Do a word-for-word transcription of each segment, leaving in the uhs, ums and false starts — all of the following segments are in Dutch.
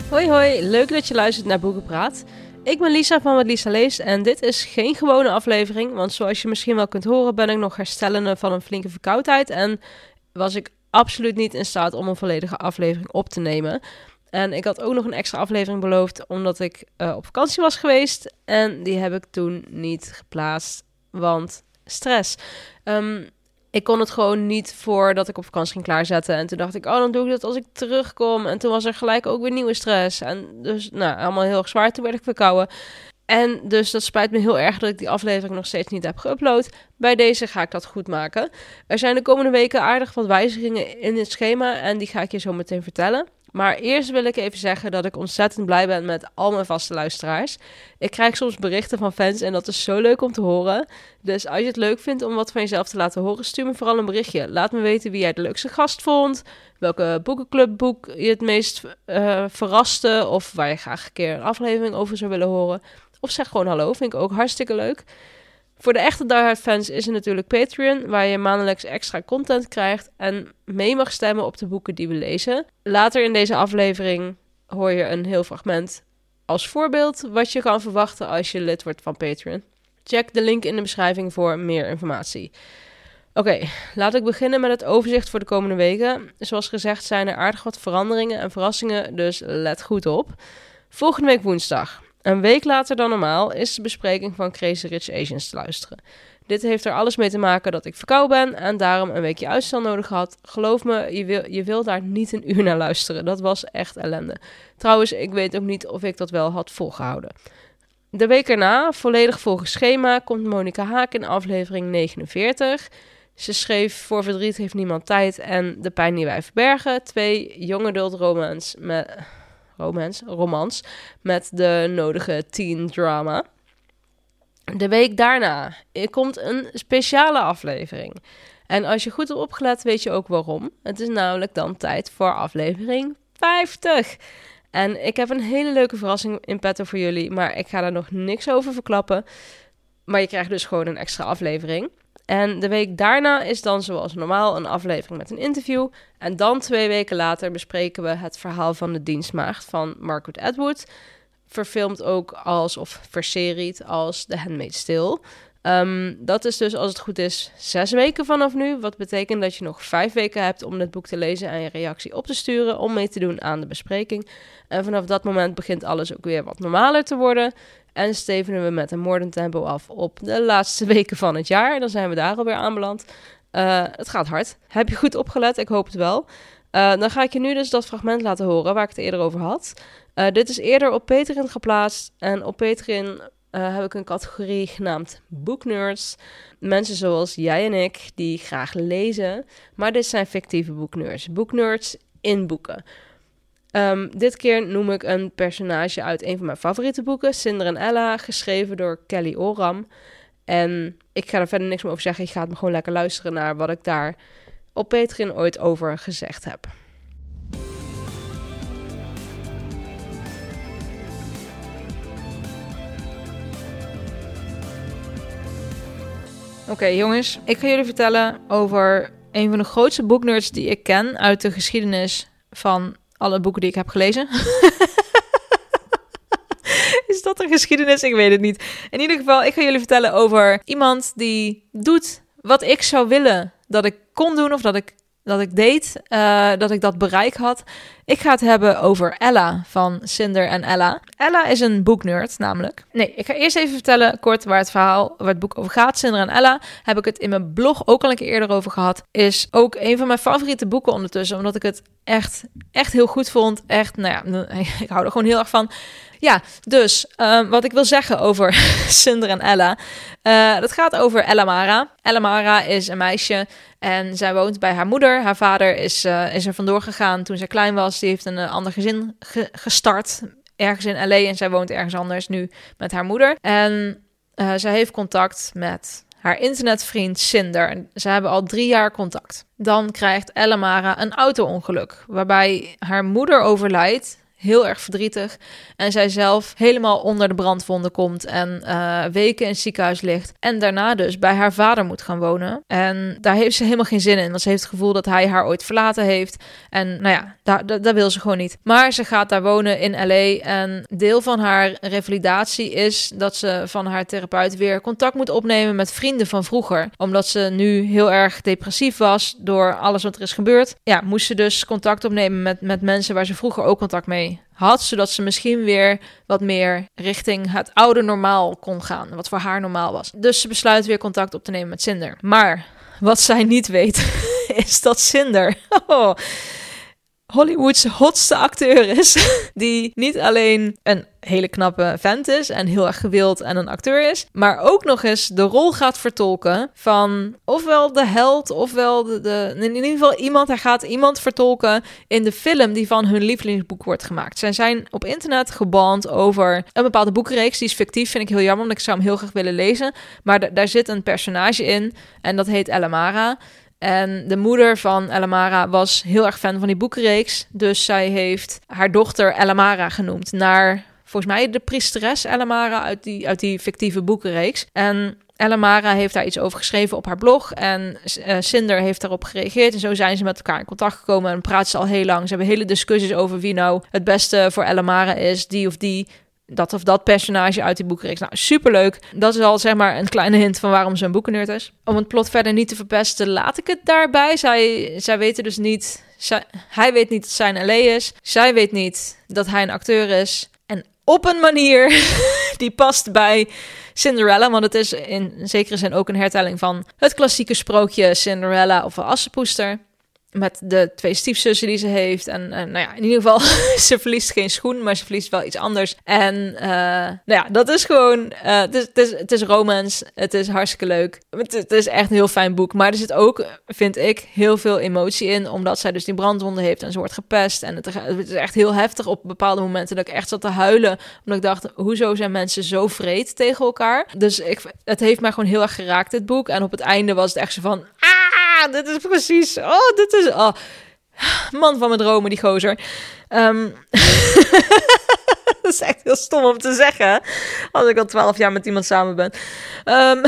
Hoi hoi, leuk dat je luistert naar Boekenpraat. Ik ben Lisa van Wat Lisa Leest en dit is geen gewone aflevering, want zoals je misschien wel kunt horen ben ik nog herstellende van een flinke verkoudheid en was ik absoluut niet in staat om een volledige aflevering op te nemen. En ik had ook nog een extra aflevering beloofd omdat ik uh, op vakantie was geweest en die heb ik toen niet geplaatst, want stress. Um, Ik kon het gewoon niet voordat ik op vakantie ging klaarzetten. En toen dacht ik, oh, dan doe ik dat als ik terugkom. En toen was er gelijk ook weer nieuwe stress. En dus, nou, allemaal heel erg zwaar. Toen werd ik verkouden. En dus dat spijt me heel erg dat ik die aflevering nog steeds niet heb geüpload. Bij deze ga ik dat goed maken. Er zijn de komende weken aardig wat wijzigingen in het schema. En die ga ik je zo meteen vertellen. Maar eerst wil ik even zeggen dat ik ontzettend blij ben met al mijn vaste luisteraars. Ik krijg soms berichten van fans en dat is zo leuk om te horen. Dus als je het leuk vindt om wat van jezelf te laten horen, stuur me vooral een berichtje. Laat me weten wie jij de leukste gast vond, welke boekenclubboek je het meest uh, verraste of waar je graag een keer een aflevering over zou willen horen. Of zeg gewoon hallo, vind ik ook hartstikke leuk. Voor de echte diehard fans is er natuurlijk Patreon, waar je maandelijks extra content krijgt en mee mag stemmen op de boeken die we lezen. Later in deze aflevering hoor je een heel fragment als voorbeeld wat je kan verwachten als je lid wordt van Patreon. Check de link in de beschrijving voor meer informatie. Oké, okay, laat ik beginnen met het overzicht voor de komende weken. Zoals gezegd zijn er aardig wat veranderingen en verrassingen, dus let goed op. Volgende week woensdag. Een week later dan normaal is de bespreking van Crazy Rich Asians te luisteren. Dit heeft er alles mee te maken dat ik verkouden ben en daarom een weekje uitstel nodig had. Geloof me, je wil, je wil daar niet een uur naar luisteren. Dat was echt ellende. Trouwens, ik weet ook niet of ik dat wel had volgehouden. De week erna, volledig volgens schema, komt Monica Haak in aflevering negenenveertig. Ze schreef Voor verdriet heeft niemand tijd en De pijn die wij verbergen. Twee young adult romance met... Romance, romans met de nodige teen drama. De week daarna komt een speciale aflevering. En als je goed hebt opgelet, weet je ook waarom. Het is namelijk dan tijd voor aflevering vijftig. En ik heb een hele leuke verrassing in petto voor jullie, maar ik ga daar nog niks over verklappen. Maar je krijgt dus gewoon een extra aflevering. En de week daarna is dan zoals normaal een aflevering met een interview. En dan twee weken later bespreken we het verhaal van de dienstmaagd van Margaret Atwood. Verfilmd ook als, of verseried als The Handmaid's Tale. Um, dat is dus, als het goed is, zes weken vanaf nu. Wat betekent dat je nog vijf weken hebt om het boek te lezen en je reactie op te sturen om mee te doen aan de bespreking. En vanaf dat moment begint alles ook weer wat normaler te worden. En stevenen we met een moordend tempo af op de laatste weken van het jaar. Dan zijn we daar alweer aanbeland. Uh, het gaat hard. Heb je goed opgelet? Ik hoop het wel. Uh, dan ga ik je nu dus dat fragment laten horen waar ik het eerder over had. Uh, dit is eerder op Patreon geplaatst. En op Patreon uh, heb ik een categorie genaamd Boeknerds. Mensen zoals jij en ik die graag lezen. Maar dit zijn fictieve boeknerds. Boeknerds in boeken. Um, dit keer noem ik een personage uit een van mijn favoriete boeken, Cinder en Ella, geschreven door Kelly Oram. En ik ga er verder niks meer over zeggen. Je gaat me gewoon lekker luisteren naar wat ik daar op Patreon ooit over gezegd heb. Oké okay, jongens, ik ga jullie vertellen over een van de grootste boeknerds die ik ken uit de geschiedenis van alle boeken die ik heb gelezen. Is dat een geschiedenis? Ik weet het niet. In ieder geval, ik ga jullie vertellen over iemand die doet wat ik zou willen dat ik kon doen of dat ik, dat ik deed, uh, dat ik dat bereik had. Ik ga het hebben over Ella van Cinder en Ella. Ella is een boeknerd namelijk. Nee, ik ga eerst even vertellen kort waar het verhaal, waar het boek over gaat. Cinder en Ella, heb ik het in mijn blog ook al een keer eerder over gehad. Is ook een van mijn favoriete boeken ondertussen, omdat ik het echt, echt heel goed vond. Echt, nou ja, ik hou er gewoon heel erg van. Ja, dus um, wat ik wil zeggen over Cinder en Ella. Uh, dat gaat over Ella Mara. Ella Mara is een meisje en zij woont bij haar moeder. Haar vader is, uh, is er vandoor gegaan toen zij klein was. Die heeft een uh, ander gezin ge- gestart, ergens in L A. En zij woont ergens anders nu met haar moeder. En uh, zij heeft contact met haar internetvriend Cinder. Ze hebben al drie jaar contact. Dan krijgt Ella Mara een auto-ongeluk, waarbij haar moeder overlijdt heel erg verdrietig. En zij zelf helemaal onder de brandwonden komt en uh, weken in het ziekenhuis ligt. En daarna dus bij haar vader moet gaan wonen. En daar heeft ze helemaal geen zin in, want ze heeft het gevoel dat hij haar ooit verlaten heeft. En nou ja, daar, daar, daar wil ze gewoon niet. Maar ze gaat daar wonen in L A en deel van haar revalidatie is dat ze van haar therapeut weer contact moet opnemen met vrienden van vroeger. Omdat ze nu heel erg depressief was door alles wat er is gebeurd. Ja, moest ze dus contact opnemen met, met mensen waar ze vroeger ook contact mee had, zodat ze misschien weer wat meer richting het oude normaal kon gaan, wat voor haar normaal was. Dus ze besluit weer contact op te nemen met Cinder. Maar wat zij niet weet, is dat Cinder oh, Hollywood's hotste acteur is, die niet alleen een hele knappe vent is en heel erg gewild en een acteur is, maar ook nog eens de rol gaat vertolken van ofwel de held, ofwel de, de in ieder geval iemand, hij gaat iemand vertolken in de film die van hun lievelingsboek wordt gemaakt. Zij zijn op internet geband over een bepaalde boekenreeks, die is fictief, vind ik heel jammer, want ik zou hem heel graag willen lezen, maar d- daar zit een personage in en dat heet Elamara. En de moeder van Elamara was heel erg fan van die boekenreeks. Dus zij heeft haar dochter Elamara genoemd. Naar, volgens mij, de priesteres Elamara uit die, uit die fictieve boekenreeks. En Elamara heeft daar iets over geschreven op haar blog. En uh, Cinder heeft daarop gereageerd. En zo zijn ze met elkaar in contact gekomen. En praten ze al heel lang. Ze hebben hele discussies over wie nou het beste voor Elamara is. Die of die. Dat of dat personage uit die boekenreeks. Nou, superleuk. Dat is al zeg maar een kleine hint van waarom ze een boekennerd is. Om het plot verder niet te verpesten, laat ik het daarbij. Zij, zij weten dus niet... Zij, hij weet niet dat zij in L A is. Zij weet niet dat hij een acteur is. En op een manier die past bij Cinderella. Want het is in zekere zin ook een hertelling van het klassieke sprookje Cinderella of Assepoester. Met de twee stiefzussen die ze heeft. En, en nou ja, in ieder geval, ze verliest geen schoen, maar ze verliest wel iets anders. En uh, nou ja, dat is gewoon... Uh, het, is, het, is, het is romance, het is hartstikke leuk. Het, het is echt een heel fijn boek. Maar er zit ook, vind ik, heel veel emotie in. Omdat zij dus die brandwonden heeft en ze wordt gepest. En het, het is echt heel heftig op bepaalde momenten dat ik echt zat te huilen. Omdat ik dacht, hoezo zijn mensen zo vreed tegen elkaar? Dus ik, het heeft mij gewoon heel erg geraakt, dit boek. En op het einde was het echt zo van... Ah, dit is precies... Oh, dit is... Oh. Man van mijn dromen, die gozer. Um, dat is echt heel stom om te zeggen. Als ik al twaalf jaar met iemand samen ben. Um,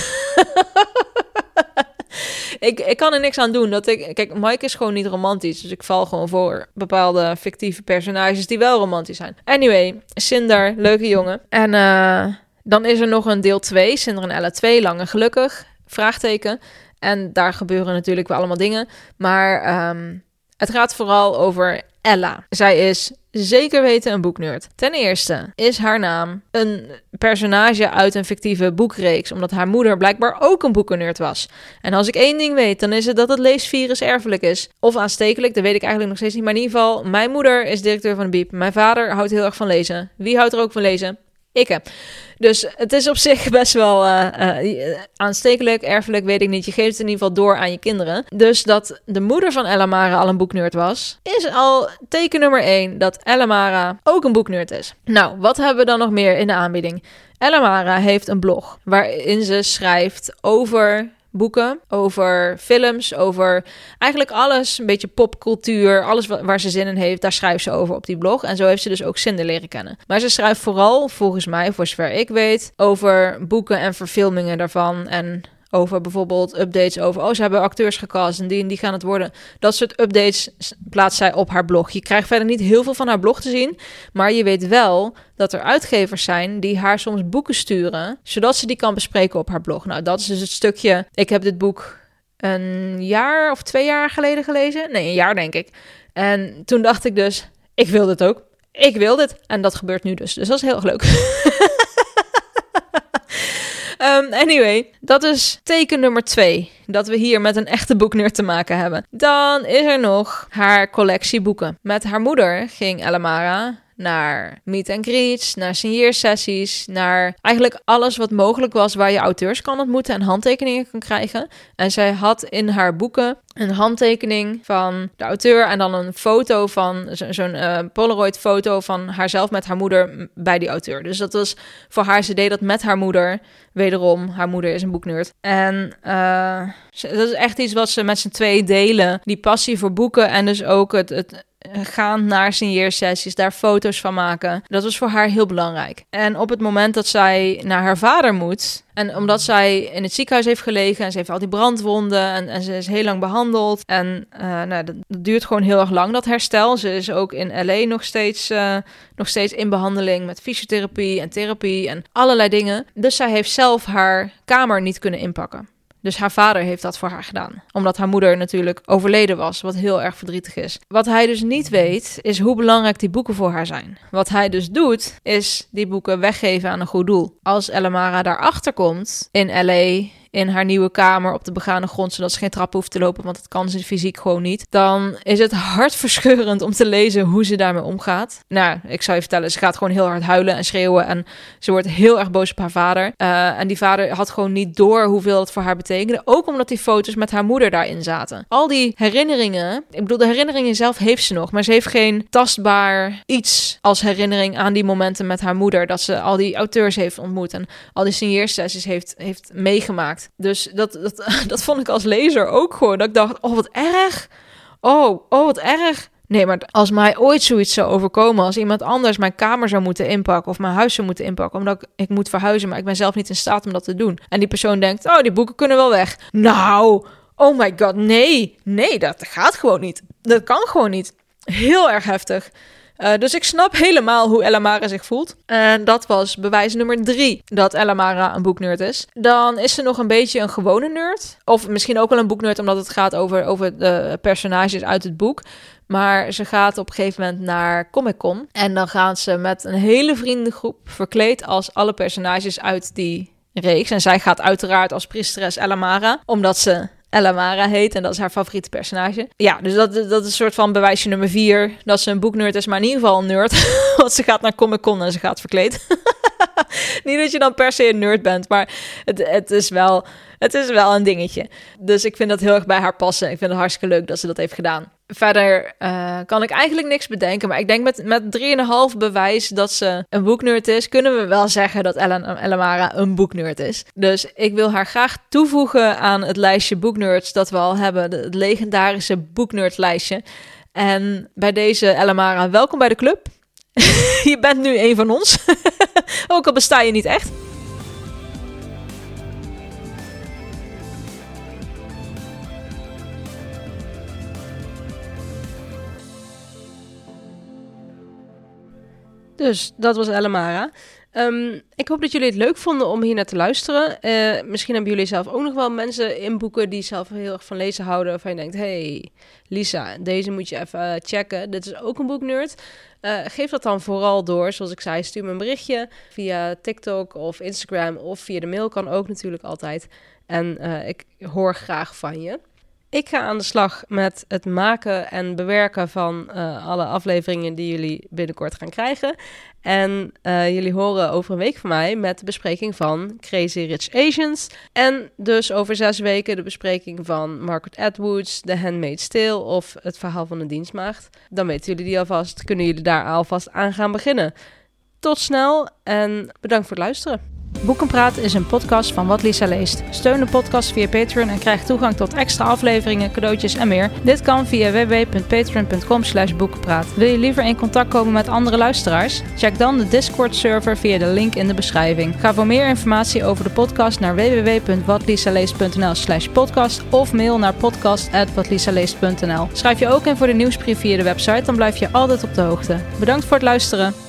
ik, ik kan er niks aan doen. Dat ik, kijk, Mike is gewoon niet romantisch. Dus ik val gewoon voor bepaalde fictieve personages die wel romantisch zijn. Anyway, Cinder, leuke jongen. En uh, dan is er nog een deel twee. Cinder en Ella twee, lang en gelukkig. Vraagteken. En daar gebeuren natuurlijk wel allemaal dingen. Maar um, het gaat vooral over Ella. Zij is zeker weten een boeknerd. Ten eerste is haar naam een personage uit een fictieve boekreeks. Omdat haar moeder blijkbaar ook een boekennerd was. En als ik één ding weet, dan is het dat het leesvirus erfelijk is. Of aanstekelijk, dat weet ik eigenlijk nog steeds niet. Maar in ieder geval, mijn moeder is directeur van de Biep. Mijn vader houdt heel erg van lezen. Wie houdt er ook van lezen? Ik. Dus het is op zich best wel uh, uh, aanstekelijk, erfelijk, weet ik niet. Je geeft het in ieder geval door aan je kinderen. Dus dat de moeder van Elamara al een boeknerd was, is al teken nummer één dat Elamara ook een boeknerd is. Nou, wat hebben we dan nog meer in de aanbieding? Elamara heeft een blog waarin ze schrijft over boeken, over films, over eigenlijk alles, een beetje popcultuur, alles waar ze zin in heeft, daar schrijft ze over op die blog. En zo heeft ze dus ook Cinder leren kennen. Maar ze schrijft vooral, volgens mij, voor zover ik weet, over boeken en verfilmingen daarvan en over bijvoorbeeld updates over, oh, ze hebben acteurs gecast en die en die gaan het worden. Dat soort updates plaatst zij op haar blog. Je krijgt verder niet heel veel van haar blog te zien, maar je weet wel dat er uitgevers zijn die haar soms boeken sturen, zodat ze die kan bespreken op haar blog. Nou, dat is dus het stukje. Ik heb dit boek een jaar of twee jaar geleden gelezen. Nee, een jaar denk ik. En toen dacht ik dus, ik wil dit ook. Ik wil dit. En dat gebeurt nu dus. Dus dat is heel erg leuk. Um, anyway, dat is teken nummer twee. Dat we hier met een echte boeknerd te maken hebben. Dan is er nog haar collectie boeken. Met haar moeder ging Elamara naar meet and greets, naar signeersessies, naar eigenlijk alles wat mogelijk was waar je auteurs kan ontmoeten en handtekeningen kan krijgen. En zij had in haar boeken een handtekening van de auteur en dan een foto van zo, zo'n uh, Polaroid foto van haarzelf met haar moeder bij die auteur. Dus dat was voor haar, ze deed dat met haar moeder. Wederom, haar moeder is een boeknerd. En uh, dat is echt iets wat ze met z'n twee delen. Die passie voor boeken en dus ook het, het gaan naar signeersessies, daar foto's van maken. Dat was voor haar heel belangrijk. En op het moment dat zij naar haar vader moet, en omdat zij in het ziekenhuis heeft gelegen en ze heeft al die brandwonden en, en ze is heel lang behandeld. En uh, nou, dat, dat duurt gewoon heel erg lang, dat herstel. Ze is ook in L A nog steeds, uh, nog steeds in behandeling met fysiotherapie en therapie en allerlei dingen. Dus zij heeft zelf haar kamer niet kunnen inpakken. Dus haar vader heeft dat voor haar gedaan. Omdat haar moeder natuurlijk overleden was, wat heel erg verdrietig is. Wat hij dus niet weet, is hoe belangrijk die boeken voor haar zijn. Wat hij dus doet, is die boeken weggeven aan een goed doel. Als Elamara daarachter komt in L A, in haar nieuwe kamer op de begane grond, zodat ze geen trap hoeft te lopen, want dat kan ze fysiek gewoon niet, dan is het hartverscheurend om te lezen hoe ze daarmee omgaat. Nou, ik zou je vertellen, ze gaat gewoon heel hard huilen en schreeuwen en ze wordt heel erg boos op haar vader. Uh, en die vader had gewoon niet door hoeveel het voor haar betekende, ook omdat die foto's met haar moeder daarin zaten. Al die herinneringen, ik bedoel, de herinneringen zelf heeft ze nog, maar ze heeft geen tastbaar iets als herinnering aan die momenten met haar moeder, dat ze al die auteurs heeft ontmoet en al die signeersessies heeft, heeft meegemaakt. Dus dat, dat, dat vond ik als lezer ook gewoon. Dat ik dacht, oh wat erg. Oh, oh wat erg. Nee, maar als mij ooit zoiets zou overkomen, als iemand anders mijn kamer zou moeten inpakken of mijn huis zou moeten inpakken, omdat ik, ik moet verhuizen, maar ik ben zelf niet in staat om dat te doen. En die persoon denkt, oh die boeken kunnen wel weg. Nou, oh my god, nee. Nee, dat gaat gewoon niet. Dat kan gewoon niet. Heel erg heftig. Uh, dus ik snap helemaal hoe Elamara zich voelt. En dat was bewijs nummer drie, dat Elamara een boeknerd is. Dan is ze nog een beetje een gewone nerd. Of misschien ook wel een boeknerd, omdat het gaat over, over de personages uit het boek. Maar ze gaat op een gegeven moment naar Comic-Con. En dan gaan ze met een hele vriendengroep verkleed als alle personages uit die reeks. En zij gaat uiteraard als priesteres Elamara, omdat ze Elamara heet en dat is haar favoriete personage. Ja, dus dat, dat is een soort van bewijsje nummer vier, dat ze een boeknerd is, maar in ieder geval een nerd. Want ze gaat naar Comic-Con en ze gaat verkleed. Niet dat je dan per se een nerd bent, maar het, het, is wel, het is wel een dingetje. Dus ik vind dat heel erg bij haar passen. Ik vind het hartstikke leuk dat ze dat heeft gedaan. Verder uh, kan ik eigenlijk niks bedenken, maar ik denk met, met drie en een half bewijs dat ze een boeknerd is, kunnen we wel zeggen dat Ellen, Elamara een boeknerd is. Dus ik wil haar graag toevoegen aan het lijstje boeknerds dat we al hebben, het legendarische boeknerdlijstje. En bij deze Elamara, welkom bij de club. Je bent nu een van ons. Ook al besta je niet echt. Dus dat was Elamara. Um, ik hoop dat jullie het leuk vonden om hier naar te luisteren. Uh, misschien hebben jullie zelf ook nog wel mensen in boeken die zelf heel erg van lezen houden. Waarvan je denkt, hey Lisa, deze moet je even uh, checken. Dit is ook een boeknerd. Uh, geef dat dan vooral door. Zoals ik zei, stuur me een berichtje via TikTok of Instagram of via de mail. Kan ook natuurlijk altijd. En uh, ik hoor graag van je. Ik ga aan de slag met het maken en bewerken van uh, alle afleveringen die jullie binnenkort gaan krijgen. En uh, jullie horen over een week van mij met de bespreking van Crazy Rich Asians. En dus over zes weken de bespreking van Margaret Atwood's The Handmaid's Tale of Het Verhaal van de Dienstmaagd. Dan weten jullie die alvast, kunnen jullie daar alvast aan gaan beginnen. Tot snel en bedankt voor het luisteren. Boekenpraat is een podcast van Wat Lisa Leest. Steun de podcast via Patreon en krijg toegang tot extra afleveringen, cadeautjes en meer. Dit kan via w w w punt patreon punt com slash boekenpraat. Wil je liever in contact komen met andere luisteraars? Check dan de Discord-server via de link in de beschrijving. Ga voor meer informatie over de podcast naar w w w punt watlisaleest punt n l slash podcast of mail naar podcast at watlisaleest punt n l. Schrijf je ook in voor de nieuwsbrief via de website, dan blijf je altijd op de hoogte. Bedankt voor het luisteren.